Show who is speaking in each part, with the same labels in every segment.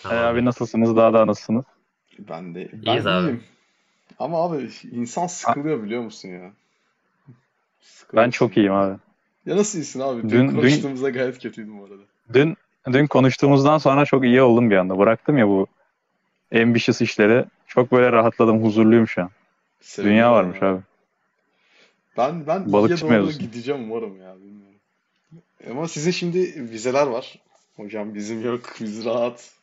Speaker 1: Abi
Speaker 2: Tamamdır.
Speaker 1: nasılsınız? Daha nasılsınız?
Speaker 2: İyiyiz
Speaker 3: Ben
Speaker 2: abi.
Speaker 3: iyiyim. Ama abi insan
Speaker 1: A-
Speaker 3: sıkılıyor biliyor musun ya?
Speaker 1: Ben çok
Speaker 3: Sıkılırsın.
Speaker 1: iyiyim abi.
Speaker 3: Ya nasıl iyisin abi? Dün
Speaker 1: Dün dün
Speaker 3: konuştuğumuzda gayet kötüydüm bu arada.
Speaker 1: dün dün konuştuğumuzdan sonra çok iyi oldum bir anda. Bıraktım ya bu ambitious işleri. Çok böyle rahatladım, huzurluyum şu an. Dünya
Speaker 3: Sevindim
Speaker 1: varmış
Speaker 3: adına abi.
Speaker 1: abi.
Speaker 3: Ben iyiye
Speaker 1: Balıkçı
Speaker 3: doğru
Speaker 1: mevzusu.
Speaker 3: gideceğim umarım ya bilmiyorum. Ama sizin şimdi vizeler var. Hocam bizim yok. Biz rahat.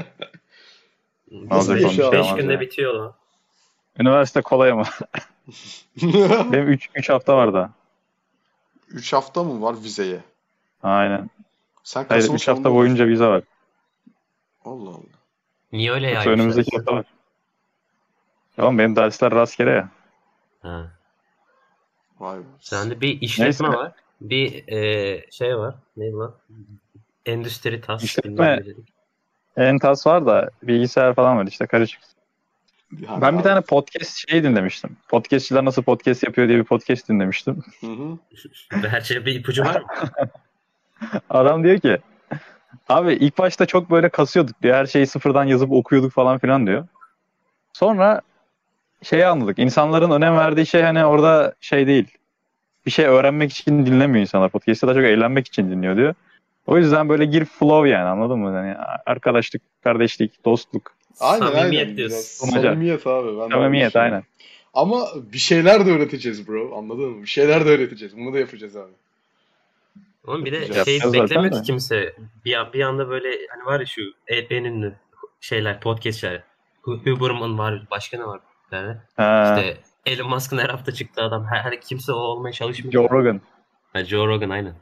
Speaker 1: Ne
Speaker 3: Nasıl
Speaker 1: olacak oğlum, bir
Speaker 3: geçiyor
Speaker 1: şey
Speaker 3: abi
Speaker 2: 5
Speaker 1: olmaz
Speaker 2: günde
Speaker 1: ya.
Speaker 2: bitiyor lan.
Speaker 1: Üniversite kolay ama. Benim 3 hafta var daha.
Speaker 3: 3 hafta mı var vizeye?
Speaker 1: Aynen.
Speaker 3: Sen
Speaker 1: Hayır,
Speaker 3: Kasım'ın
Speaker 1: 3
Speaker 3: sonunda
Speaker 1: hafta
Speaker 3: oluyorsun.
Speaker 1: boyunca vize var.
Speaker 3: Allah Allah.
Speaker 2: Niye öyle
Speaker 1: Yoksa
Speaker 2: yaymışlar
Speaker 1: önümüzdeki
Speaker 2: size?
Speaker 1: hafta var. Tamam, benim dersler rastgele ya.
Speaker 2: Ha.
Speaker 3: Vay be.
Speaker 2: Sende bir
Speaker 1: Neyse,
Speaker 2: işletme var. Bir şey var. Ne lan? Endüstri tas bilmem
Speaker 1: işletme
Speaker 2: ne dedik.
Speaker 1: entas var da bilgisayar falan var işte, karışık.
Speaker 3: Yani
Speaker 1: Ben bir
Speaker 3: abi.
Speaker 1: tane podcast dinlemiştim. Podcastçiler nasıl podcast yapıyor diye bir podcast dinlemiştim.
Speaker 3: Hı hı.
Speaker 2: Her şeyde bir ipucu var mı?
Speaker 1: Adam diyor ki, abi ilk başta çok böyle kasıyorduk diyor. Her şeyi sıfırdan yazıp okuyorduk falan filan diyor. Sonra şeyi anladık. İnsanların önem verdiği şey hani orada şey değil. Bir şey öğrenmek için dinlemiyor insanlar. Podcast'ı daha çok eğlenmek için dinliyor diyor. O yüzden böyle gir flow, yani anladın mı? Yani arkadaşlık, kardeşlik, dostluk,
Speaker 2: Samimiyet
Speaker 3: Aynen biraz
Speaker 2: diyorsun.
Speaker 1: bulmaca,
Speaker 3: samimiyet abi ben de öyle
Speaker 1: samimiyet,
Speaker 3: düşünüyorum.
Speaker 1: aynen.
Speaker 3: Ama bir şeyler de öğreteceğiz bro anladın mı? Bir şeyler de öğreteceğiz. Bunu da yapacağız abi.
Speaker 2: Ama bir de şey
Speaker 1: Yapacağız
Speaker 3: Yapacağız.
Speaker 1: zaten
Speaker 2: beklemiyor
Speaker 1: de.
Speaker 2: ki kimse. Bir anda böyle hani var ya şu en ünlü şeyler, podcastler. Huberman var. Başka ne var? Yani
Speaker 1: Ha,
Speaker 2: işte Elon Musk'ın her hafta çıktığı adam. Her kimse o olmaya çalışmıyor
Speaker 1: Joe
Speaker 2: ki.
Speaker 1: Rogan.
Speaker 2: Ha, Joe Rogan aynen.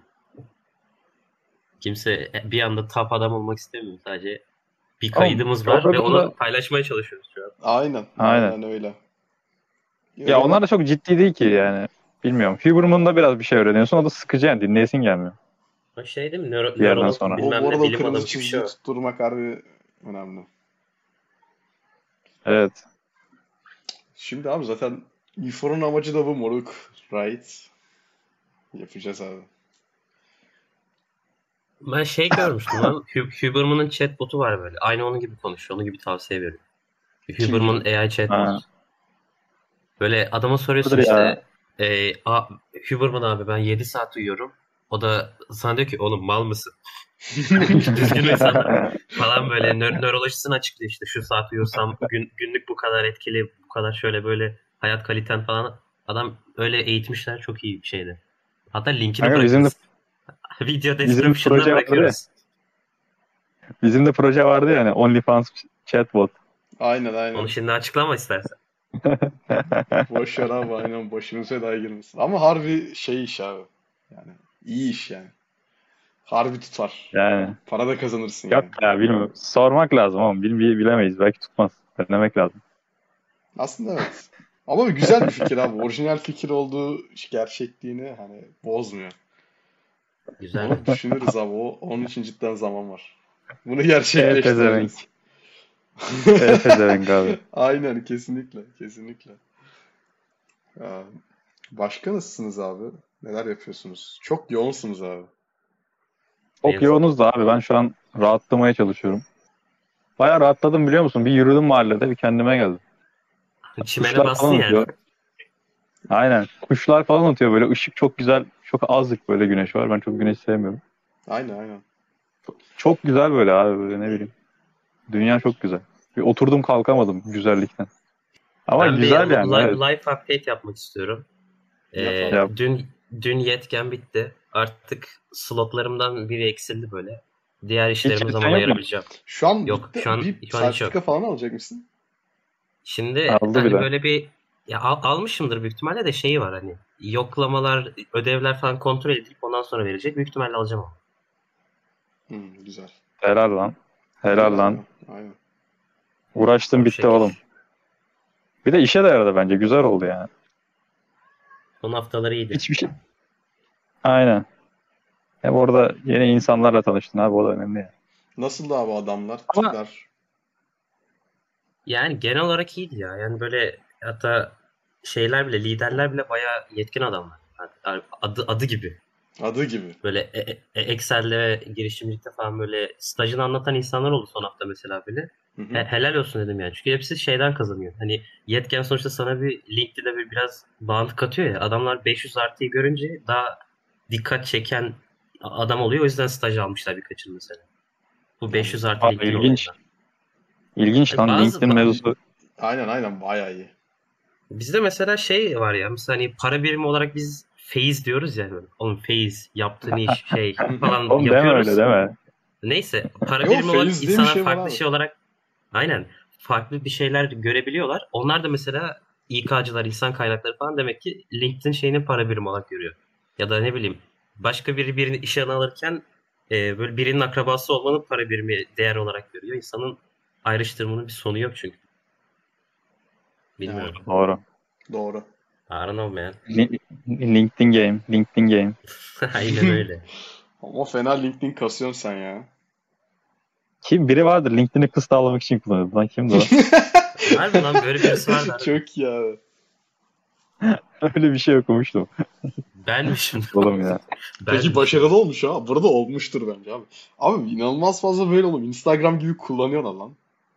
Speaker 2: Kimse bir anda top adam olmak istemiyor. Sadece bir
Speaker 1: Oğlum,
Speaker 2: kaydımız
Speaker 1: Joe
Speaker 2: var ve
Speaker 1: Rogan'da
Speaker 2: onu paylaşmaya çalışıyoruz şu an.
Speaker 3: Aynen
Speaker 1: aynen.
Speaker 3: aynen öyle.
Speaker 1: Ya
Speaker 3: Öyle
Speaker 1: onlar
Speaker 3: bak
Speaker 1: da çok ciddi değil ki yani. Bilmiyorum. Huberman'da biraz bir şey öğreniyorsun. O da sıkıcı, yani dinleyesin gelmiyor
Speaker 2: O şey değil mi?
Speaker 1: bir yerden
Speaker 2: Nörolog
Speaker 1: sonra.
Speaker 3: o
Speaker 2: bilmem
Speaker 3: bu
Speaker 2: ne
Speaker 3: arada o
Speaker 2: bilim
Speaker 3: kırmızı
Speaker 2: adamı gibi bir şey
Speaker 3: çizgiyi
Speaker 2: var.
Speaker 3: tutturmak harbi önemli.
Speaker 1: Evet.
Speaker 3: Şimdi abi zaten efor'un amacı da bu moruk. Right? Yapacağız abi.
Speaker 2: Ben şey görmüştüm lan. Huberman'ın chatbot'u var böyle. Aynı onun gibi konuşuyor. Onun gibi tavsiye veriyor. Huberman
Speaker 3: Kimdi?
Speaker 2: AI chatbot.
Speaker 1: Ha.
Speaker 2: Böyle adama soruyorsun
Speaker 1: Vardır ya.
Speaker 2: işte Huberman abi ben 7 saat uyuyorum. O da sana diyor ki oğlum mal mısın? Düzgün uysana falan böyle nörolojisini açıklıyor işte şu saat uyursam günlük bu kadar etkili bu kadar şöyle böyle hayat kaliten falan adam öyle eğitmişler çok iyi bir şeydi. Hatta linkini
Speaker 1: Kanka bizim de
Speaker 2: bırakırız. Video
Speaker 1: bizim
Speaker 2: description'ına
Speaker 1: proje vardı ya.
Speaker 2: bırakıyoruz.
Speaker 1: Bizim de proje vardı ya, yani OnlyFans chatbot.
Speaker 3: Aynen
Speaker 2: Onu
Speaker 3: aynen.
Speaker 2: şimdi açıklama istersen.
Speaker 3: Boş ver abi aynen başımıza belaya girmesin. Ama harbi şey iş abi. Yani iyi iş yani. Harbi tutar.
Speaker 1: Yani
Speaker 3: Para da kazanırsın
Speaker 1: yok
Speaker 3: yani.
Speaker 1: ya, bilmiyorum. Sormak lazım ama bilemeyiz. Belki tutmaz. Denemek lazım.
Speaker 3: Aslında evet. Ama güzel bir fikir abi. Orijinal fikir olduğu gerçekliğini hani bozmuyor.
Speaker 2: Güzel.
Speaker 3: Onu düşünürüz abi. Onun için cidden zaman var. Bunu
Speaker 1: Pezevenk.
Speaker 3: gerçekleştireceğiz.
Speaker 1: Pezevenk abi.
Speaker 3: Aynen kesinlikle. Kesinlikle. Aa, başka nasılsınız abi? Neler yapıyorsunuz? Çok yoğunsunuz abi.
Speaker 2: Ne
Speaker 1: Çok
Speaker 2: yazık.
Speaker 1: yoğunuz da abi. Ben şu an rahatlamaya çalışıyorum. Bayağı rahatladım, biliyor musun? Bir yürüdüm mahallede, bir kendime geldim.
Speaker 2: Çimene
Speaker 1: Kuşlar
Speaker 2: bastın
Speaker 1: falan
Speaker 2: yani.
Speaker 1: ötüyor. Aynen. Kuşlar falan ötüyor böyle. Işık çok güzel. Çok azlık böyle güneş var. Ben çok güneş sevmiyorum.
Speaker 3: Aynen aynen.
Speaker 1: Çok güzel böyle abi, böyle ne bileyim. Dünya çok güzel. Bir oturdum kalkamadım güzellikten. Ama
Speaker 2: Ben bir
Speaker 1: güzel yani, evet.
Speaker 2: life update yapmak istiyorum.
Speaker 3: Yap abi.
Speaker 1: Ya
Speaker 2: Dün yetken bitti. Artık slotlarımdan biri eksildi böyle. Diğer
Speaker 1: hiç
Speaker 2: işlerime zaman
Speaker 1: çeken yok mu?
Speaker 2: ayırabileceğim.
Speaker 3: Şu an
Speaker 2: Yok
Speaker 3: bitti. Bir
Speaker 2: şu an hiç yok.
Speaker 3: sertifika falan alacak mısın?
Speaker 2: Şimdi
Speaker 1: Aldı
Speaker 2: hani
Speaker 1: bile.
Speaker 2: böyle bir ya almışımdır büyük ihtimalle de şeyi var hani yoklamalar, ödevler falan kontrol edilip ondan sonra verecek. Büyük ihtimalle alacağım onu.
Speaker 3: Güzel.
Speaker 1: Helal lan.
Speaker 3: Güzel
Speaker 1: Helal lan.
Speaker 3: abi. Aynen.
Speaker 1: Uğraştım
Speaker 2: O
Speaker 1: bitti
Speaker 2: şekil.
Speaker 1: oğlum. Bir de işe de yaradı bence. Güzel oldu yani.
Speaker 2: Son haftaları iyiydi.
Speaker 1: Hiçbir şey. Aynen. Hem orada yeni insanlarla tanıştın abi. O da önemli yani.
Speaker 3: Nasıl abi adamlar,
Speaker 1: Ama
Speaker 3: tipler?
Speaker 2: Yani genel olarak iyiydi ya. Yani böyle hatta şeyler bile liderler bile bayağı yetkin adamlar. Yani adı gibi.
Speaker 3: Adı gibi.
Speaker 2: Böyle Excel'de girişimcilikte falan böyle stajını anlatan insanlar oldu son hafta mesela böyle.
Speaker 3: Hı hı.
Speaker 2: Helal olsun dedim yani. Çünkü hepsi şeyden kazanıyor. Hani yetken sonuçta sana bir LinkedIn'de biraz bağımlı katıyor ya. Adamlar 500 artıyı görünce daha dikkat çeken adam oluyor. O yüzden staj almışlar birkaçını mesela. Bu
Speaker 3: Yani
Speaker 2: 500 artı
Speaker 1: Abi
Speaker 2: LinkedIn
Speaker 1: ilginç.
Speaker 2: olayından.
Speaker 1: İlginç
Speaker 2: Hani
Speaker 1: lan LinkedIn mevzusu.
Speaker 3: aynen bayağı iyi.
Speaker 2: bizde mesela şey var ya. Mesela hani para birimi olarak biz feyiz diyoruz ya böyle. Oğlum feyiz yaptığın iş şey
Speaker 3: Hı hı.
Speaker 2: falan
Speaker 1: Oğlum deme öyle
Speaker 2: yapıyoruz.
Speaker 1: deme.
Speaker 2: Neyse para
Speaker 3: Yo,
Speaker 2: birimi olarak
Speaker 3: feyiz diye bir
Speaker 2: insanlar
Speaker 3: şey var
Speaker 2: farklı
Speaker 3: abi.
Speaker 2: şey olarak aynen farklı bir şeyler görebiliyorlar. Onlar da mesela İK'cılar, insan kaynakları falan demek ki LinkedIn şeyini para birimi olarak görüyor. Ya da ne bileyim başka birini işe alırken böyle birinin akrabası olmanın para birimi değer olarak görüyor. İnsanın ayrıştırmanın bir sonu yok çünkü.
Speaker 3: Yani
Speaker 2: Bilmiyorum.
Speaker 1: Doğru.
Speaker 3: doğru.
Speaker 2: I don't know man.
Speaker 1: LinkedIn game. LinkedIn game.
Speaker 2: Aynen öyle.
Speaker 3: Ama fena LinkedIn kasıyorsun sen ya.
Speaker 1: Biri vardır LinkedIn'i kız tavlamak için kullanıyordu. Lan kimdi o?
Speaker 2: Harbi lan böyle birisi vardı harbi.
Speaker 3: Çok iyi abi.
Speaker 1: Öyle bir şey okumuştum.
Speaker 2: Benmişim.
Speaker 1: Oğlum ya.
Speaker 3: Peki
Speaker 2: Benmişim.
Speaker 3: başarılı olmuş ha. Burada olmuştur bence abi. Abi inanılmaz fazla böyle oğlum. Instagram gibi kullanıyorlar lan.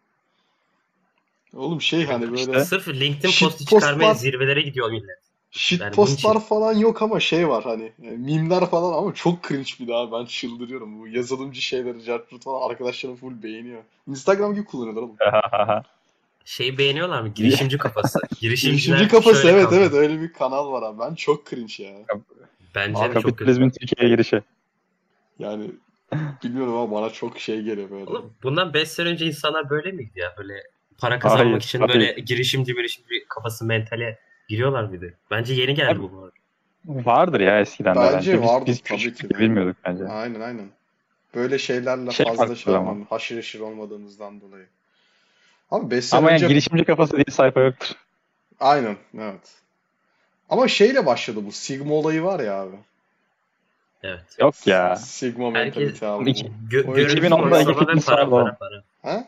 Speaker 3: Oğlum şey hani böyle
Speaker 1: İşte.
Speaker 2: Sırf LinkedIn
Speaker 3: shit
Speaker 2: postu çıkarmaya
Speaker 3: postlar
Speaker 2: zirvelere gidiyor millet.
Speaker 3: shit
Speaker 2: Yani bunun
Speaker 3: postlar
Speaker 2: için.
Speaker 3: falan yok ama şey var hani mimler falan ama çok cringe bir daha ben çıldırıyorum. Bu yazılımcı şeyleri, cartçut falan arkadaşlarım full beğeniyor. Instagram gibi kullanıyorlar oğlum.
Speaker 2: Şeyi beğeniyorlar mı? Girişimci kafası.
Speaker 3: Girişimci
Speaker 2: Girişimciler
Speaker 3: kafası,
Speaker 2: şöyle
Speaker 3: evet
Speaker 2: kaldı.
Speaker 3: evet, öyle bir kanal var abi. Ben çok cringe ya.
Speaker 2: Bence
Speaker 1: Abi
Speaker 2: de çok kötü.
Speaker 1: kapitalizmin Türkiye'ye girişi.
Speaker 3: Yani bilmiyorum ama bana çok şey geliyor böyle.
Speaker 2: Oğlum bundan 5 sene önce insanlar böyle miydi ya? Böyle para kazanmak
Speaker 1: Hayır,
Speaker 2: için
Speaker 1: hayır.
Speaker 2: böyle girişimci kafası mentale giriyorlar mıydı? Bence yeni geldi
Speaker 1: Abi,
Speaker 2: bu arada.
Speaker 1: vardır ya eskiden de
Speaker 3: Bence
Speaker 1: bence. Biz,
Speaker 3: vardır
Speaker 1: biz
Speaker 3: tabii ki
Speaker 1: küçüktük de
Speaker 3: de.
Speaker 1: bilmiyorduk bence.
Speaker 3: Aynen. Böyle şeylerle
Speaker 1: Şey
Speaker 3: fazla
Speaker 1: farklıdır
Speaker 3: şey
Speaker 1: ama.
Speaker 3: yapmam. Haşır neşir olmadığımızdan dolayı. Abi 5 sene
Speaker 1: Ama yani
Speaker 3: önce
Speaker 1: girişimci kafası diye sayfa yoktur.
Speaker 3: aynen evet. Ama şeyle başladı bu. Sigma olayı var ya abi.
Speaker 2: Evet.
Speaker 1: Yok ya.
Speaker 3: Sigma
Speaker 2: Herkes
Speaker 3: mentalite abi bu.
Speaker 1: İki-
Speaker 3: Öyle bir
Speaker 1: 2010'da
Speaker 3: full.
Speaker 1: Ege
Speaker 2: konsama ve
Speaker 1: Fitness vardı oğlum.
Speaker 2: para.
Speaker 3: Ha?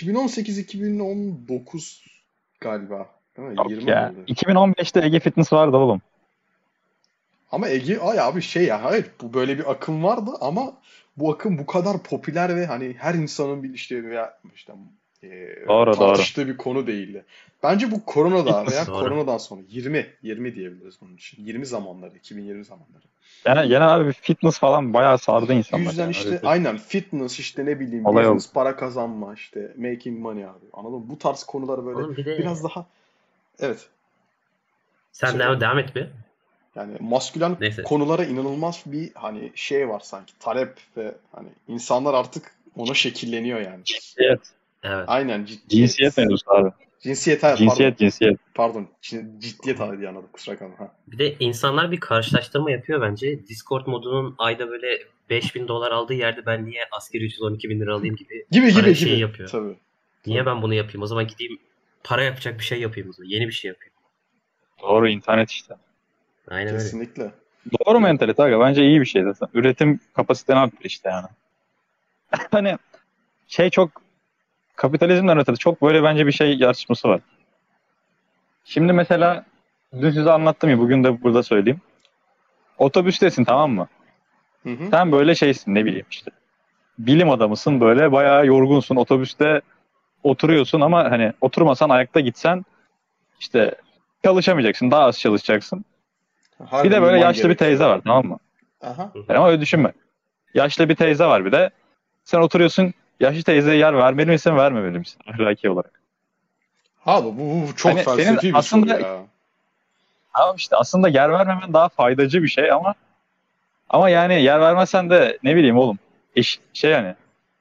Speaker 3: 2018-2019 galiba. Değil mi?
Speaker 1: Yok
Speaker 3: 20 mi
Speaker 1: ya.
Speaker 3: oldu?
Speaker 1: 2015'te Ege Fitness vardı oğlum.
Speaker 3: Ama Ege ay abi şey ya, hayır bu böyle bir akım vardı ama bu akım bu kadar popüler ve hani her insanın bir işte veya işte
Speaker 1: Doğru doğru.
Speaker 3: tartıştığı bir konu değildi. Bence bu koronada
Speaker 1: Fitness.
Speaker 3: veya
Speaker 2: Doğru.
Speaker 3: koronadan sonra 20 diyebiliriz bunun için. 20 zamanları, 2020 zamanları.
Speaker 1: Yani genel abi fitness falan bayağı sardı
Speaker 3: Bu
Speaker 1: insanlar
Speaker 3: yüzden
Speaker 1: yani. Öyle
Speaker 3: işte
Speaker 1: bir
Speaker 3: aynen fitness işte ne bileyim
Speaker 1: olay oldu.
Speaker 3: business, para kazanma işte making money abi. Anladın mı? Bu tarz konuları böyle
Speaker 2: Oğlum bir de
Speaker 3: biraz daha evet
Speaker 2: sen
Speaker 3: söyle.
Speaker 2: devam et bir.
Speaker 3: Yani maskülen
Speaker 2: Neyse.
Speaker 3: konulara inanılmaz bir hani şey var sanki talep ve hani insanlar artık ona şekilleniyor yani.
Speaker 1: Cinsiyet.
Speaker 2: Evet.
Speaker 3: Aynen
Speaker 1: Cinsiyet
Speaker 3: ciddiyet.
Speaker 1: mevzusu abi.
Speaker 3: Cinsiyet ha, pardon.
Speaker 1: Cinsiyet.
Speaker 3: Pardon. Ciddiyet abi anladım, kusura kalma. Ha.
Speaker 2: Bir de insanlar bir karşılaştırma yapıyor bence. Discord modunun ayda böyle 5.000 dolar aldığı yerde ben niye asgari ücret 12 bin lira alayım gibi para şeyi
Speaker 3: Gibi.
Speaker 2: yapıyor.
Speaker 3: Tabii.
Speaker 2: Niye
Speaker 3: Tabii.
Speaker 2: ben bunu yapayım? O zaman gideyim para yapacak bir şey yapayım o zaman. Yeni bir şey yapayım.
Speaker 1: Doğru internet işte.
Speaker 2: Aynen öyle.
Speaker 3: Kesinlikle.
Speaker 1: Doğru
Speaker 3: Ya,
Speaker 1: mentalite aga. Bence iyi bir şey zaten. Üretim kapasiteni arttır işte yani. Hani şey çok kapitalizmden ötede çok böyle bence bir şey yarışması var. Şimdi mesela dün size anlattım ya bugün de burada söyleyeyim. Otobüstesin tamam mı?
Speaker 3: hı hı.
Speaker 1: Sen böyle şeysin ne bileyim işte. Bilim adamısın böyle bayağı yorgunsun. Otobüste oturuyorsun ama hani oturmasan ayakta gitsen işte çalışamayacaksın. Daha az çalışacaksın. Bir
Speaker 3: Harbi
Speaker 1: de böyle
Speaker 3: uyuman
Speaker 1: yaşlı bir teyze
Speaker 3: gerekiyor.
Speaker 1: var tamam mı?
Speaker 3: Aha.
Speaker 2: Hı hı.
Speaker 1: Yani ama öyle düşünme. Yaşlı bir teyze var bir de. Sen oturuyorsun yaşlı teyzeye yer vermeli misin vermemeli misin ahlaki olarak?
Speaker 3: Abi bu çok
Speaker 1: Hani senin
Speaker 3: felsefi bir soru
Speaker 1: aslında
Speaker 3: ya.
Speaker 1: tamam işte aslında yer vermemen daha faydacı bir şey ama yani yer vermezsen de ne bileyim oğlum şey yani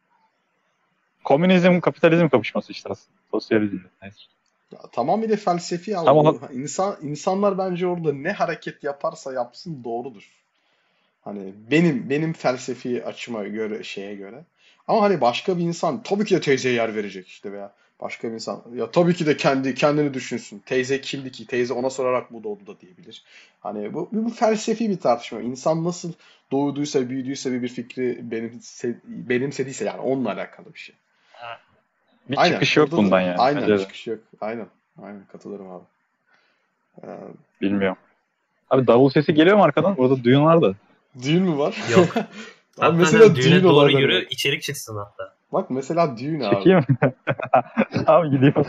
Speaker 1: komünizm kapitalizm kapışması işte aslında. Sosyalizm. Neyse.
Speaker 3: Ya, tamamıyla felsefi abi
Speaker 1: Ama
Speaker 3: bu. İnsanlar bence orada ne hareket yaparsa yapsın doğrudur. Hani benim felsefi açıma göre şeye göre. Ama hani başka bir insan tabii ki de teyzeye yer verecek işte veya başka bir insan ya tabii ki de kendini düşünsün. Teyze kimdi ki? Teyze ona sorarak mı doğdu da diyebilir. Hani bu felsefi bir tartışma. İnsan nasıl doğduysa, büyüdüyse bir fikri benimsediyse yani onunla alakalı bir şey.
Speaker 1: bir
Speaker 3: Aynen.
Speaker 1: çıkış yok
Speaker 3: Burada da
Speaker 1: bundan yani
Speaker 3: aynen
Speaker 1: bence de.
Speaker 3: çıkış yok. Aynen katılırım abi. Ee,
Speaker 1: Bilmiyorum. Abi davul sesi geliyor mu arkadan? Burada düğün var da.
Speaker 3: Düğün mü var?
Speaker 2: Yok.
Speaker 3: Abi
Speaker 2: Hatta
Speaker 3: mesela
Speaker 2: düğüne
Speaker 3: düğün
Speaker 2: doğru
Speaker 3: olayları
Speaker 2: yürü,
Speaker 3: var.
Speaker 2: içerik çıksın hatta.
Speaker 3: Bak mesela düğün abi.
Speaker 1: Çekeyim. Abi gidiyor.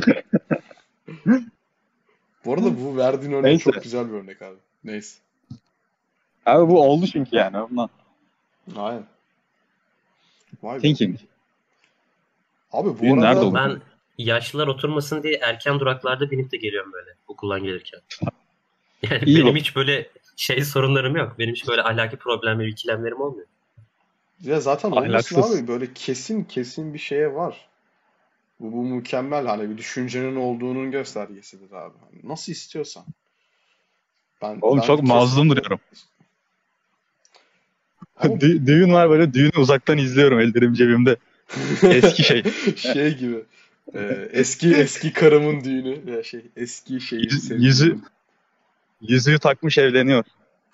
Speaker 3: Bu arada bu verdiğin örnek
Speaker 1: Neyse.
Speaker 3: çok güzel bir örnek abi. Neyse.
Speaker 1: Abi bu oldu çünkü yani. Ondan.
Speaker 3: Aynen. Vay be.
Speaker 1: Thinking.
Speaker 3: Abi bu
Speaker 1: Düğün nerede
Speaker 3: arada
Speaker 1: olur?
Speaker 2: Ben yaşlılar oturmasın diye erken duraklarda binip de geliyorum böyle okuldan gelirken. Yani
Speaker 1: İyi
Speaker 2: benim
Speaker 1: bu.
Speaker 2: hiç böyle sorunlarım yok. Benim hiç böyle ahlaki problemlerim, ikilemlerim olmuyor.
Speaker 3: ya zaten olmasın
Speaker 1: Ahlaksız.
Speaker 3: abi, böyle kesin bir şeye var. Bu mükemmel, hani bir düşüncenin olduğunun göstergesidir abi. Hani nasıl istiyorsan.
Speaker 1: Oğlum
Speaker 3: Ben
Speaker 1: çok mazlum
Speaker 3: kesinlikle
Speaker 1: duruyorum.
Speaker 3: ama
Speaker 1: Düğün var, böyle düğünü uzaktan izliyorum, ellerim cebimde. Eski şey.
Speaker 3: şey gibi eski karımın düğünü ya eski
Speaker 1: Yüzü,
Speaker 3: sevgilimin.
Speaker 1: yüzüğü takmış evleniyor.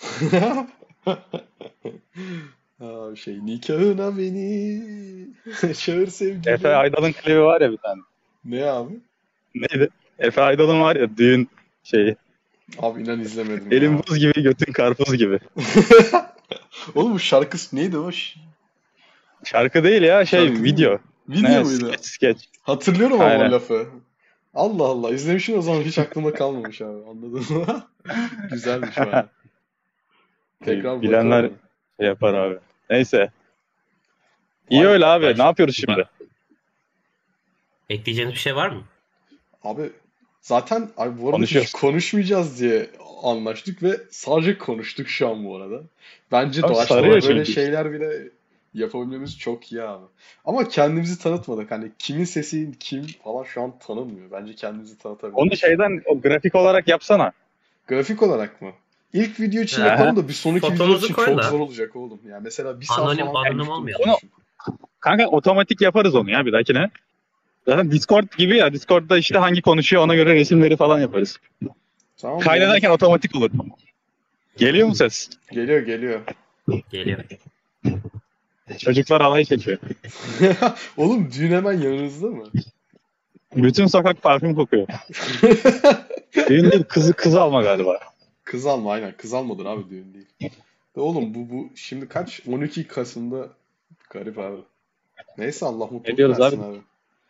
Speaker 3: Nikahına beni çağır
Speaker 1: Efe
Speaker 3: sevgilim.
Speaker 1: Aydal'ın klibi var ya bir tane.
Speaker 3: Ne abi?
Speaker 1: Neydi? Efe Aydal'ın var ya düğün şeyi.
Speaker 3: Abi inan izlemedim
Speaker 1: Elin
Speaker 3: ya.
Speaker 1: buz gibi, götün karpuz gibi.
Speaker 3: Oğlum bu şarkısı neydi o?
Speaker 1: Şarkı değil ya,
Speaker 3: Şarkı değil mi?
Speaker 1: video.
Speaker 3: Video
Speaker 1: Ne,
Speaker 3: muydu?
Speaker 1: skeç.
Speaker 3: Hatırlıyorum ama o
Speaker 1: Aynen.
Speaker 3: lafı. Allah Allah, izlemişim o zaman, hiç aklımda kalmamış abi, anladın mı? Güzelmiş baya. Tekrar bakarım
Speaker 1: Bilenler
Speaker 3: ona.
Speaker 1: şey yapar abi. Neyse. İyi
Speaker 3: Vay be.
Speaker 1: öyle abi.
Speaker 2: Baş,
Speaker 1: Ne yapıyoruz şimdi?
Speaker 2: ekleyeceğiniz bir şey var mı?
Speaker 3: Abi zaten abi bu arada hiç
Speaker 1: Konuşuyoruz.
Speaker 3: konuşmayacağız diye anlaştık ve sadece konuştuk şu an bu arada. Bence
Speaker 1: Abi sarıyor
Speaker 3: doğaçlama böyle
Speaker 1: çünkü işte.
Speaker 3: şeyler bile yapabilmemiz çok iyi abi. Ama kendimizi tanıtmadık. Hani kimin sesi kim falan şu an tanınmıyor. Bence kendimizi
Speaker 1: Onu
Speaker 3: tanıtabiliriz.
Speaker 1: şeyden, o grafik olarak yapsana.
Speaker 3: Grafik olarak mı? İlk video için
Speaker 1: Aha.
Speaker 3: yapalım da bir sonraki video
Speaker 2: Fotomuzu
Speaker 3: için
Speaker 2: koy
Speaker 3: çok
Speaker 2: da
Speaker 3: zor olacak oğlum. Yani mesela bir saat
Speaker 2: anonim
Speaker 3: falan
Speaker 2: anonim
Speaker 3: konuştuğumuzu
Speaker 2: olmayalım.
Speaker 1: Onu
Speaker 3: düşün.
Speaker 1: kanka otomatik yaparız onu ya bir dahakine. Zaten Discord gibi ya. Discord'da işte hangi konuşuyor ona göre resimleri falan yaparız.
Speaker 3: Tamam mı? Olur.
Speaker 1: Kaydederken otomatik olur. Geliyor mu ses?
Speaker 3: Geliyor.
Speaker 2: Geliyor.
Speaker 1: Çocuklar alay çekiyor.
Speaker 3: Oğlum düğün hemen yanınızda mı?
Speaker 1: Bütün sokak parfüm kokuyor. Düğün değil, kızı alma galiba.
Speaker 3: Kız alma, aynen. Kız almadın abi, düğün değil. De oğlum bu şimdi kaç? 12 Kasım'da, garip abi. Neyse, Allah
Speaker 1: Ne
Speaker 3: mutluluk
Speaker 1: diyoruz
Speaker 3: versin
Speaker 1: abi?
Speaker 3: abi.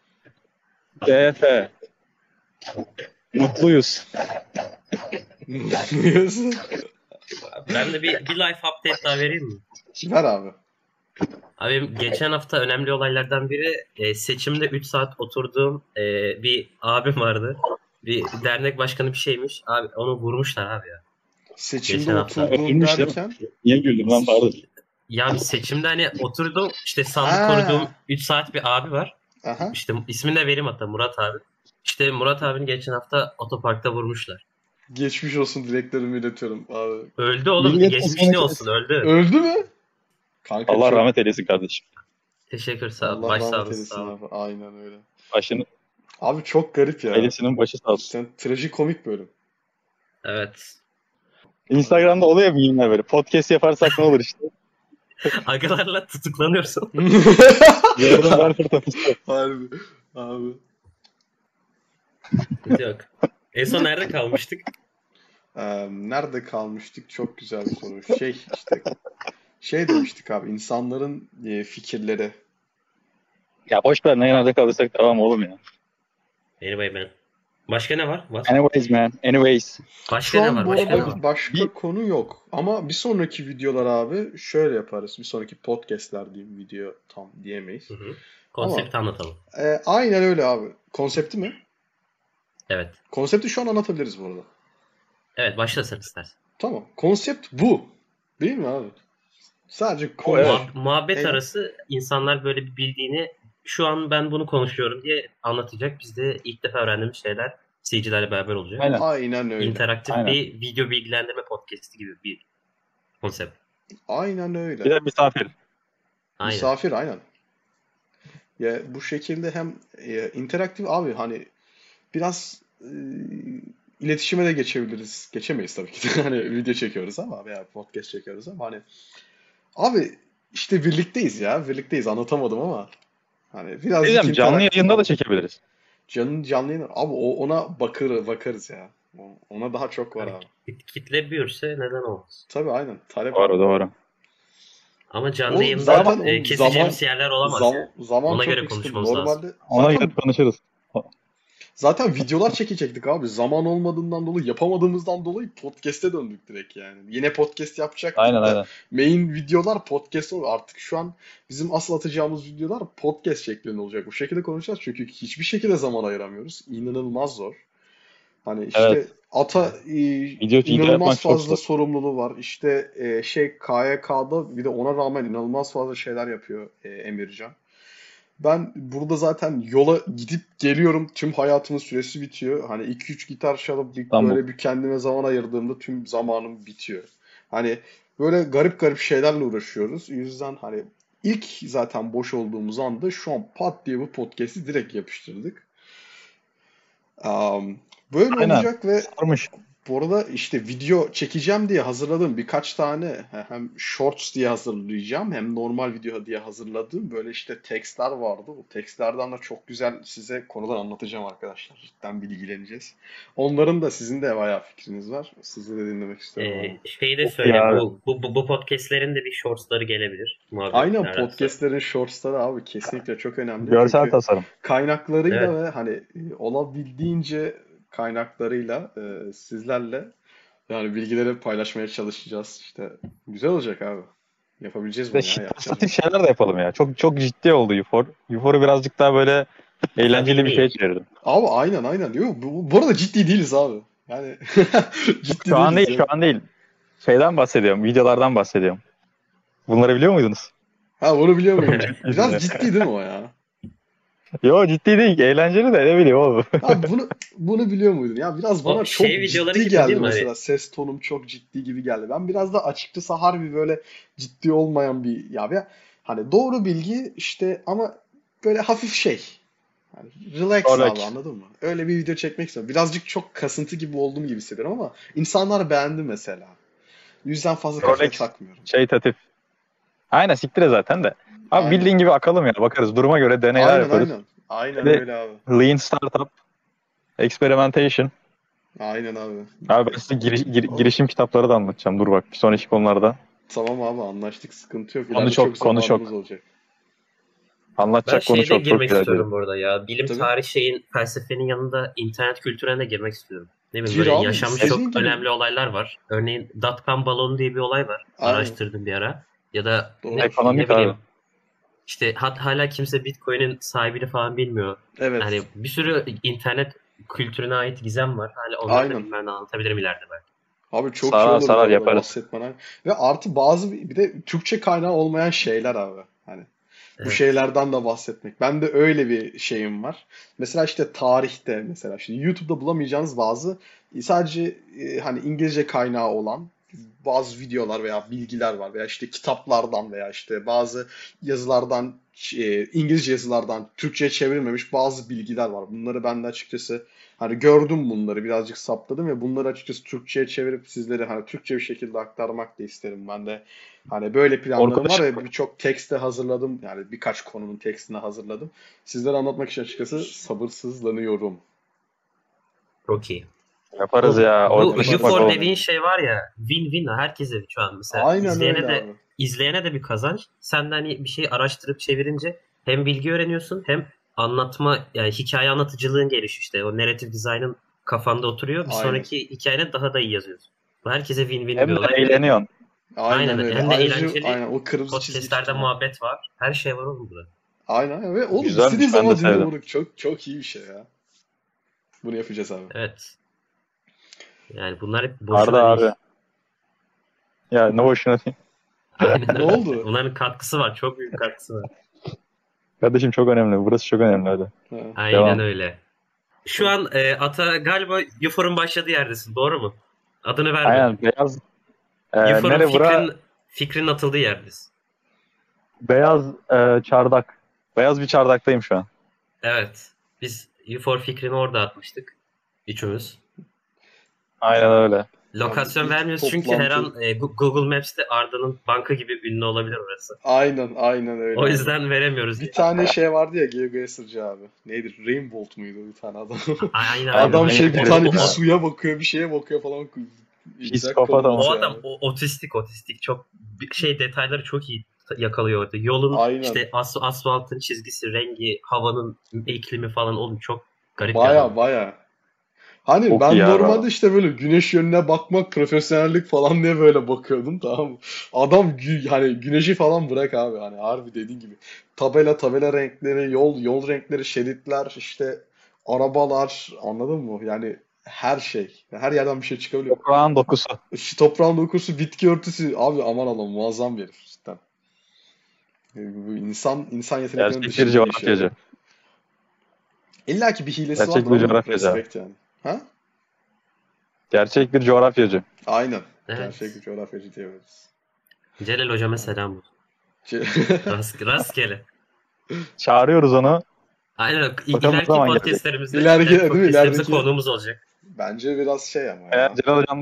Speaker 1: DF. Mutluyuz.
Speaker 3: Diyorsun.
Speaker 2: Ben de bir life update daha vereyim mi?
Speaker 3: Ver abi.
Speaker 2: Abi geçen hafta önemli olaylardan biri seçimde 3 saat oturduğum bir abim vardı. Bir dernek başkanı bir şeymiş. Abi onu vurmuşlar abi ya.
Speaker 3: Seçimde
Speaker 2: Geçen hafta.
Speaker 3: oturduğun
Speaker 1: Ölmüş değil mi?
Speaker 3: derken
Speaker 1: Niye güldüm lan, pardon.
Speaker 2: Ya bir seçimde hani oturdum işte sandık koruduğum
Speaker 3: ha
Speaker 2: 3 saat bir abi var.
Speaker 3: aha,
Speaker 2: İşte ismini de vereyim hatta, Murat abi. İşte Murat abini geçen hafta otoparkta vurmuşlar.
Speaker 3: geçmiş olsun dileklerimi iletiyorum abi.
Speaker 2: Öldü oğlum.
Speaker 1: Millet
Speaker 2: Geçmiş
Speaker 1: ismini
Speaker 2: ne olsun, öldü.
Speaker 3: Öldü mü? Kanka
Speaker 1: Allah
Speaker 3: çok
Speaker 1: rahmet eylesin kardeşim.
Speaker 2: Teşekkür, sağ ol.
Speaker 3: Allah
Speaker 2: Baş
Speaker 3: rahmet
Speaker 2: sağlığı,
Speaker 3: eylesin
Speaker 2: sağ ol.
Speaker 3: abi. Aynen öyle.
Speaker 1: Başını,
Speaker 3: Abi çok garip ya.
Speaker 1: ailesinin başı sağ olsun.
Speaker 3: Sen trajikomik bölüm.
Speaker 2: Evet.
Speaker 1: Instagram'da oluyor mimler böyle. Podcast yaparsak ne olur işte.
Speaker 2: Agalarla tutuklanıyorsun.
Speaker 1: Yarın ver fırtınası.
Speaker 3: Harbi. Abi.
Speaker 2: Yok. En son nerede kalmıştık?
Speaker 3: Nerede kalmıştık? Çok güzel bir soru. İşte demiştik abi, insanların fikirleri.
Speaker 1: Ya boş ver, nerede kalırsak devam oğlum ya.
Speaker 2: Anyway man. Başka ne var?
Speaker 1: Anyways man. Anyways.
Speaker 2: Başka
Speaker 3: Şu
Speaker 2: ne
Speaker 3: an
Speaker 2: var?
Speaker 3: bu
Speaker 2: Başka ne
Speaker 3: arada
Speaker 2: var?
Speaker 3: başka konu yok. Ama bir sonraki videolar abi şöyle yaparız. Bir sonraki podcastler diyeyim, video tam diyemeyiz.
Speaker 2: Hı hı.
Speaker 3: Ama
Speaker 2: Konsepti anlatalım.
Speaker 3: aynen öyle abi. Konsepti mi?
Speaker 2: Evet.
Speaker 3: Konsepti şu an anlatabiliriz bu arada.
Speaker 2: Evet, başla sen istersen.
Speaker 3: Tamam. Konsept bu. Değil mi abi? Sadece
Speaker 1: O,
Speaker 3: konuş.
Speaker 1: evet.
Speaker 2: Muhabbet
Speaker 3: Eğlen.
Speaker 2: arası insanlar böyle bir bildiğini, şu an ben bunu konuşuyorum diye anlatacak. Biz de ilk defa öğrendiğimiz şeyler seyircilerle beraber olacak.
Speaker 1: Aynen.
Speaker 3: Aynen öyle.
Speaker 2: İnteraktif
Speaker 1: Aynen.
Speaker 2: bir video bilgilendirme podcast'i gibi bir konsept.
Speaker 3: Aynen
Speaker 1: Bir
Speaker 3: öyle.
Speaker 1: de misafir.
Speaker 2: Aynen.
Speaker 3: Misafir, aynen. Ya bu şekilde hem interaktif abi, hani biraz iletişime de geçebiliriz. Geçemeyiz tabii ki de. Hani video çekiyoruz ama veya podcast çekiyoruz ama hani abi işte birlikteyiz ya. Birlikteyiz. Anlatamadım ama hani birazcık
Speaker 1: Diyeceğim, canlı
Speaker 3: interaktif
Speaker 1: yayında da
Speaker 3: olalım.
Speaker 1: çekebiliriz.
Speaker 3: Canlı yayın. Abi ona bakarız ya. Ona daha çok var abi.
Speaker 2: Kitle büyürse neden olmaz?
Speaker 3: Tabii aynen. Talep
Speaker 1: Doğru
Speaker 3: abi.
Speaker 1: doğru.
Speaker 2: Ama canlı
Speaker 3: O
Speaker 2: yayında
Speaker 3: zaten o
Speaker 2: keseceğimiz yerler olamaz yani.
Speaker 3: zaman
Speaker 2: Ona
Speaker 3: çok
Speaker 2: göre
Speaker 3: ekstrem.
Speaker 2: konuşmamız lazım.
Speaker 3: Normalde
Speaker 1: Ona göre konuşuruz.
Speaker 3: zaten videolar çekecektik abi. Zaman olmadığından dolayı, yapamadığımızdan dolayı podcast'e döndük direkt yani. Yine podcast yapacaktık
Speaker 1: Aynen
Speaker 3: da
Speaker 1: aynen.
Speaker 3: main videolar podcast oluyor. Artık şu an bizim asıl atacağımız videolar podcast şeklinde olacak. Bu şekilde konuşacağız çünkü hiçbir şekilde zaman ayıramıyoruz. İnanılmaz zor. Hani işte
Speaker 1: Evet.
Speaker 3: ata
Speaker 1: Video yapmak
Speaker 3: inanılmaz
Speaker 1: çok
Speaker 3: fazla
Speaker 1: zor.
Speaker 3: sorumluluğu var. İşte KYK'da bir de ona rağmen inanılmaz fazla şeyler yapıyor Emircan. Ben burada zaten yola gidip geliyorum. Tüm hayatımın süresi bitiyor. Hani 2-3 gitar çalıp
Speaker 1: İstanbul.
Speaker 3: böyle bir kendime zaman ayırdığımda tüm zamanım bitiyor. Hani böyle garip garip şeylerle uğraşıyoruz. O yüzden hani ilk zaten boş olduğumuz anda şu an pat diye bu podcast'i direkt yapıştırdık. Böyle
Speaker 1: Aynen.
Speaker 3: olacak ve
Speaker 1: Sarmış.
Speaker 3: bu arada işte video çekeceğim diye hazırladığım birkaç tane hem shorts diye hazırlayacağım hem normal video diye hazırladığım böyle işte tekstler vardı. O tekstlerden de çok güzel size konular anlatacağım arkadaşlar. Cidden bilgileneceğiz. Onların da sizin de bayağı fikriniz var. Sizi de dinlemek istiyorum abi.
Speaker 2: Şeyi de
Speaker 1: Çok iyi
Speaker 2: söyle,
Speaker 1: abi.
Speaker 2: bu podcastlerin de bir shortsları gelebilir.
Speaker 3: Aynen,
Speaker 2: Muhabbetler arası.
Speaker 3: podcastlerin shortsları abi kesinlikle çok önemli.
Speaker 1: Görsel
Speaker 3: Çünkü
Speaker 1: tasarım.
Speaker 3: kaynaklarıyla
Speaker 2: Evet.
Speaker 3: ve hani olabildiğince kaynaklarıyla sizlerle yani bilgileri paylaşmaya çalışacağız. İşte güzel olacak abi. Yapabileceğiz bunu
Speaker 1: Ve
Speaker 3: ya, yapacağız
Speaker 1: pozitif şeyler de yapalım ya. Çok çok ciddi oldu UFOR. UFOR'u birazcık daha böyle eğlenceli bir şeye çevirdim.
Speaker 3: Abi aynen. Yok, bu arada ciddi değiliz abi. Yani ciddi
Speaker 1: Şu an
Speaker 3: değiliz
Speaker 1: değil,
Speaker 3: ya.
Speaker 1: şu an değil. Şeyden bahsediyorum, videolardan bahsediyorum. Bunları biliyor muydunuz?
Speaker 3: Ha, onu biliyor muyum? Biraz ciddi değil mi o ya?
Speaker 1: Yo, ciddi değil, eğlenceli de ne bileyim oğlum.
Speaker 3: Abi bunu biliyor muydun? Ya biraz bana
Speaker 2: O
Speaker 3: çok
Speaker 2: şey videoları
Speaker 3: ciddi
Speaker 2: gibi değil
Speaker 3: geldi
Speaker 2: mi?
Speaker 3: mesela. Ses tonum çok ciddi gibi geldi. Ben biraz da açıkçası harbi böyle ciddi olmayan bir hani doğru bilgi işte ama böyle hafif şey. Yani relax
Speaker 1: Relax.
Speaker 3: abi, anladın mı? Öyle bir video çekmek istiyorum. Birazcık çok kasıntı gibi olduğum gibi hissediyorum ama insanlar beğendi mesela. Yüzden fazla kafaya
Speaker 1: Rolex.
Speaker 3: takmıyorum.
Speaker 1: Tatif. Aynen, siktire zaten de. Abi
Speaker 3: Aynen.
Speaker 1: bildiğin gibi akalım ya. Bakarız, duruma göre deneyler yaparız.
Speaker 3: Aynen
Speaker 1: Bir de
Speaker 3: öyle abi.
Speaker 1: Lean Startup, Experimentation.
Speaker 3: Aynen abi.
Speaker 1: Abi ben size girişim kitapları da anlatacağım. Dur bak, bir sonraki konularda.
Speaker 3: Tamam abi, anlaştık, sıkıntı yok.
Speaker 1: Konu
Speaker 3: İleride
Speaker 1: çok, konu
Speaker 3: zamanımız
Speaker 1: çok.
Speaker 3: olacak.
Speaker 2: Ben
Speaker 1: Anlatacak konu
Speaker 2: şeyde
Speaker 1: çok
Speaker 2: girmek
Speaker 1: güzel
Speaker 2: istiyorum bu arada ya. Bilim,
Speaker 3: Tabii.
Speaker 2: tarih, felsefenin yanında internet kültürüne de girmek istiyorum. Ne bileyim,
Speaker 3: Gir
Speaker 2: böyle
Speaker 3: abi,
Speaker 2: yaşanmış
Speaker 3: istediğin
Speaker 2: çok
Speaker 3: gibi.
Speaker 2: önemli olaylar var. Örneğin dotcom balonu diye bir olay var.
Speaker 3: Aynen.
Speaker 2: Araştırdım bir ara. Ya da
Speaker 3: Doğru.
Speaker 2: ne
Speaker 1: Ekonomik
Speaker 2: bileyim,
Speaker 1: abi.
Speaker 2: işte hala kimse Bitcoin'in sahibini falan bilmiyor.
Speaker 3: Evet.
Speaker 2: Hani bir sürü internet kültürüne ait gizem var. Hala onları da
Speaker 3: Aynen.
Speaker 2: ben anlatabilirim ileride belki.
Speaker 3: Abi çok
Speaker 1: Sarar,
Speaker 3: iyi olur bu
Speaker 1: sarar
Speaker 3: arada
Speaker 1: yaparız.
Speaker 3: bahsetmen. Ve artı bazı bir de Türkçe kaynağı olmayan şeyler abi. Hani bu
Speaker 2: Evet.
Speaker 3: şeylerden de bahsetmek. Ben de öyle bir şeyim var. Mesela işte tarihte mesela şimdi YouTube'da bulamayacağınız bazı sadece hani İngilizce kaynağı olan bazı videolar veya bilgiler var veya işte kitaplardan veya işte bazı yazılardan İngilizce yazılardan Türkçe'ye çevrilmemiş bazı bilgiler var. Bunları ben de açıkçası hani gördüm, bunları birazcık saptadım ve bunları açıkçası Türkçe'ye çevirip sizlere hani Türkçe bir şekilde aktarmak da isterim. Ben de hani böyle planlarım var ve birçok tekste hazırladım. Yani birkaç konunun tekstini hazırladım. Sizlere anlatmak için açıkçası sabırsızlanıyorum.
Speaker 2: Çok iyi.
Speaker 1: Yaparız ya.
Speaker 2: Bu
Speaker 1: Ortaklaşa
Speaker 2: UFO
Speaker 1: bakalım.
Speaker 2: dediğin şey var ya, win-win herkese şu an mesela.
Speaker 3: Aynen
Speaker 2: izleyene
Speaker 3: öyle
Speaker 2: de
Speaker 3: abi.
Speaker 2: izleyene de bir kazanç. Sen de hani bir şey araştırıp çevirince hem bilgi öğreniyorsun hem anlatma, yani hikaye anlatıcılığın gelişiyor işte. O narrative design'ın kafanda oturuyor. Bir
Speaker 3: Aynen.
Speaker 2: sonraki hikayene daha da iyi yazıyorsun. Bu herkese win-win
Speaker 1: Hem
Speaker 2: bir
Speaker 1: de
Speaker 2: olay.
Speaker 1: eğleniyorsun.
Speaker 3: Aynen
Speaker 2: Aynen.
Speaker 3: öyle.
Speaker 2: Hem de
Speaker 3: Ayrıca
Speaker 2: eğlenceli.
Speaker 3: aynen o kırmızı çizgi
Speaker 2: Podcast'lerde
Speaker 3: tutma.
Speaker 2: muhabbet var. Her şey var oğlum burada.
Speaker 3: Aynen ve oğlum
Speaker 1: Güzelmiş,
Speaker 3: istediğin
Speaker 1: ben de
Speaker 3: zaman dinle
Speaker 1: sevdim.
Speaker 3: bunu. Çok çok iyi bir şey ya. Bunu yapacağız abi.
Speaker 2: Evet. Yani bunlar hep boşuna
Speaker 1: Arda
Speaker 2: değil.
Speaker 1: abi. Ya ne boşuna değil.
Speaker 2: Aynen
Speaker 3: Ne
Speaker 2: öyle.
Speaker 3: oldu?
Speaker 2: Bunların katkısı var. Çok büyük katkısı var.
Speaker 1: Kardeşim çok önemli. Burası çok önemli, hadi.
Speaker 3: Ha.
Speaker 2: Aynen
Speaker 1: Devam.
Speaker 2: öyle. Şu an Ata galiba UFO'nun başladığı yerdesin. Doğru mu? Adını verme.
Speaker 1: Aynen, beyaz.
Speaker 2: UFO'nun
Speaker 1: Nere bura?
Speaker 2: fikrinin atıldığı yerdesin.
Speaker 1: Beyaz çardak. Beyaz bir çardaktayım şu an.
Speaker 2: Evet. Biz UFO fikrini orada atmıştık. Üçümüz.
Speaker 1: Aynen öyle.
Speaker 2: Lokasyon
Speaker 3: ilk
Speaker 2: vermiyoruz çünkü her an Google Maps'te Arda'nın banka gibi ünlü olabilir orası.
Speaker 3: Aynen öyle.
Speaker 2: O
Speaker 3: abi.
Speaker 2: yüzden veremiyoruz.
Speaker 3: Bir tane şey vardı ya, GeoGuessr'cı abi. Neydi? Rainbolt muydu bir tane adam?
Speaker 2: Aynen.
Speaker 3: Adam
Speaker 1: aynen.
Speaker 3: bir
Speaker 1: Evet,
Speaker 3: tane bir
Speaker 1: evet.
Speaker 3: suya bakıyor, bir şeye bakıyor falan. Güzel
Speaker 1: Psikopat
Speaker 3: konumuz
Speaker 1: ama.
Speaker 2: O
Speaker 3: yani.
Speaker 2: adam otistik. Çok detayları çok iyi yakalıyor orada. Yolun
Speaker 3: Aynen.
Speaker 2: işte asfaltın çizgisi, rengi, havanın iklimi falan oğlum çok garip bir adam.
Speaker 3: Baya. Hani
Speaker 1: Çok
Speaker 3: ben
Speaker 1: iyi abi
Speaker 3: normalde
Speaker 1: adam.
Speaker 3: işte böyle güneş yönüne bakmak profesyonellik falan diye böyle bakıyordum, tamam mı? Adam hani güneşi falan bırak abi, hani harbi dediğin gibi. Tabela renkleri, yol renkleri, şeritler, işte arabalar, anladın mı? Yani her şey. Her yerden bir şey çıkabiliyor.
Speaker 1: Toprağın dokusu.
Speaker 3: Şu toprağın dokusu, bitki örtüsü, abi aman Allah'ım, muazzam bir herif cidden. Bu insan yeteneklerinin
Speaker 1: Gerçek bir
Speaker 3: dışında bir iş yapıyor.
Speaker 1: coğrafyacı.
Speaker 3: İlla ki bir hilesi
Speaker 1: Gerçek
Speaker 3: vardır
Speaker 1: bir
Speaker 3: ama
Speaker 1: coğrafyacı abi.
Speaker 3: respect yani. Ha?
Speaker 1: Gerçek bir coğrafyacı.
Speaker 3: Aynen. Gerçek bir
Speaker 2: Evet.
Speaker 3: coğrafyacı diyebiliriz.
Speaker 2: Celal hocama
Speaker 3: Evet.
Speaker 2: selam olsun. Rastgele.
Speaker 1: Çağırıyoruz onu.
Speaker 2: Aynen.
Speaker 1: Bakalım ne
Speaker 2: İleriki
Speaker 1: zaman gelecek.
Speaker 2: podcastlerimizde
Speaker 3: İleriki, değil mi? İlerideki
Speaker 2: konuğumuz olacak.
Speaker 3: bence biraz şey ama
Speaker 1: Eğer
Speaker 3: ya.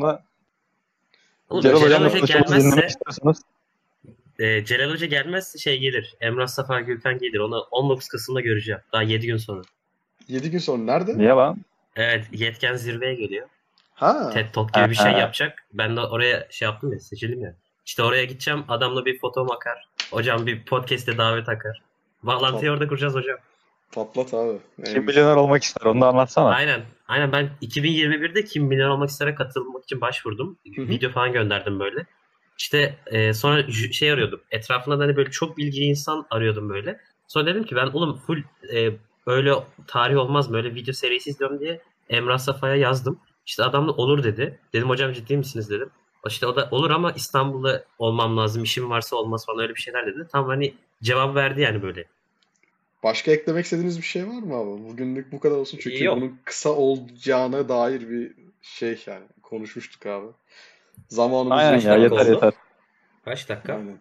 Speaker 2: Oğlum
Speaker 1: Celal
Speaker 2: Celal
Speaker 1: Hocam'la
Speaker 2: Hoca
Speaker 1: konuşmamızı dinlemek
Speaker 2: gelmezse
Speaker 1: istiyorsanız
Speaker 2: Celal Hoca gelmezse şey gelir. Emrah Safa Gülten gelir. Onu 19 Kasım'da göreceğim. Daha 7 gün sonra.
Speaker 3: 7 gün sonra nerede?
Speaker 1: niye lan?
Speaker 2: Evet, yetken zirveye geliyor.
Speaker 3: Ha.
Speaker 2: TED Talk gibi bir şey
Speaker 1: Ha,
Speaker 2: yapacak. Ben de oraya şey yaptım ya, seçildim ya. İşte oraya gideceğim. Adamla bir foto akar. Hocam bir podcast'e davet akar.
Speaker 3: Tat,
Speaker 2: Bağlantıyı orada kuracağız hocam.
Speaker 3: patlat abi.
Speaker 1: kim
Speaker 3: Neymiş?
Speaker 1: milyoner olmak ister onu da anlatsana.
Speaker 2: Aynen ben 2021'de Kim Milyoner Olmak Ister'e katılmak için başvurdum.
Speaker 3: Hı hı.
Speaker 2: Video falan gönderdim böyle. İşte sonra şey arıyordum. Etrafında da hani böyle çok bilgili insan arıyordum böyle. Sonra dedim ki ben oğlum full öyle tarih olmaz, böyle video serisi izliyorum diye Emrah Safa'ya yazdım. İşte adam da olur dedi. Dedim hocam ciddi misiniz dedim. İşte o da olur ama İstanbul'da olmam lazım, işim varsa olmaz falan, öyle bir şeyler dedi. Tam hani cevap verdi yani böyle.
Speaker 3: Başka eklemek istediğiniz bir şey var mı abi? Bugünlük bu kadar olsun, çünkü
Speaker 2: Yok.
Speaker 3: bunun kısa olacağına dair bir şey yani konuşmuştuk abi. Zamanımız
Speaker 1: Aynen
Speaker 2: Kaç
Speaker 3: yok
Speaker 1: ya,
Speaker 2: dakika
Speaker 3: abi.
Speaker 1: yeter
Speaker 2: oldu?
Speaker 1: yeter.
Speaker 2: Kaç dakika?
Speaker 3: Aynen.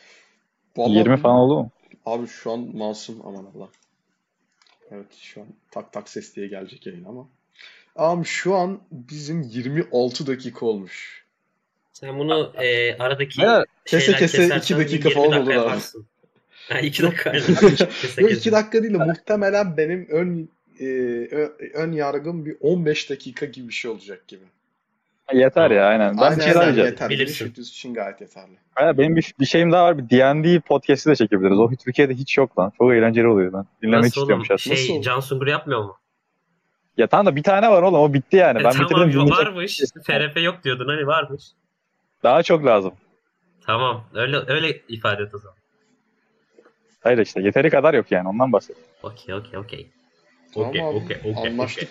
Speaker 1: 20
Speaker 3: Vallahi
Speaker 1: falan oldu mu?
Speaker 3: abi şu an masum, aman Allah. Evet, şu an tak tak ses diye gelecek yayın ama. Ama şu an bizim 26 dakika olmuş.
Speaker 2: Sen bunu aradaki
Speaker 1: Beyler,
Speaker 3: Kese
Speaker 2: şeyler
Speaker 3: kese 2
Speaker 2: kesersen bir
Speaker 3: dakika
Speaker 2: 20
Speaker 3: falan
Speaker 2: dakika
Speaker 3: olur abi.
Speaker 2: yaparsın. Ha, 2
Speaker 3: Yok.
Speaker 2: dakika aynen. Kese
Speaker 3: Yok, 2
Speaker 2: kese.
Speaker 3: dakika değil de muhtemelen benim ön yargım bir 15 dakika gibi bir şey olacak gibi.
Speaker 1: yeter ya,
Speaker 2: Tamam.
Speaker 1: aynen. Ben bir
Speaker 3: Aynen
Speaker 1: şey daha
Speaker 3: aynen,
Speaker 1: diyeceğim.
Speaker 3: yeter. Giriş
Speaker 2: Bilirsin.
Speaker 3: videosu için gayet yeterli.
Speaker 1: Benim bir şeyim daha var. Bir D&D podcast'i de çekebiliriz. O Türkiye'de hiç yok lan. Çok eğlenceli oluyor lan. Dinlemek
Speaker 2: Nasıl
Speaker 1: istiyorum
Speaker 2: oğlum?
Speaker 1: şahsen.
Speaker 2: Şey,
Speaker 3: Nasıl?
Speaker 2: Can Sungur yapmıyor mu?
Speaker 1: Ya tamam da bir tane var oğlum. O bitti yani. Ben
Speaker 2: Tamam
Speaker 1: bitirdim. Dinleyecek
Speaker 2: varmış.
Speaker 1: kesim var.
Speaker 2: FRP yok diyordun, hani varmış.
Speaker 1: Daha çok lazım.
Speaker 2: Tamam. Öyle ifade et o zaman.
Speaker 1: Hayır işte. Yeteri kadar yok yani. Ondan bahsediyorum.
Speaker 2: Okey.
Speaker 3: Tamam abi.
Speaker 2: Okey.
Speaker 3: Anlaştık.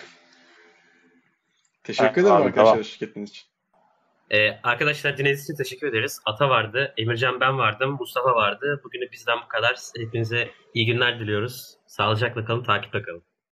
Speaker 3: Teşekkür ederim
Speaker 1: Abi
Speaker 3: arkadaşlar
Speaker 1: tamam.
Speaker 3: şirketiniz için.
Speaker 2: Arkadaşlar dinlediğiniz için teşekkür ederiz. Ata vardı, Emircan, ben vardım, Mustafa vardı. Bugünü bizden bu kadar. Hepinize iyi günler diliyoruz. Sağlıcakla kalın, takipte kalın.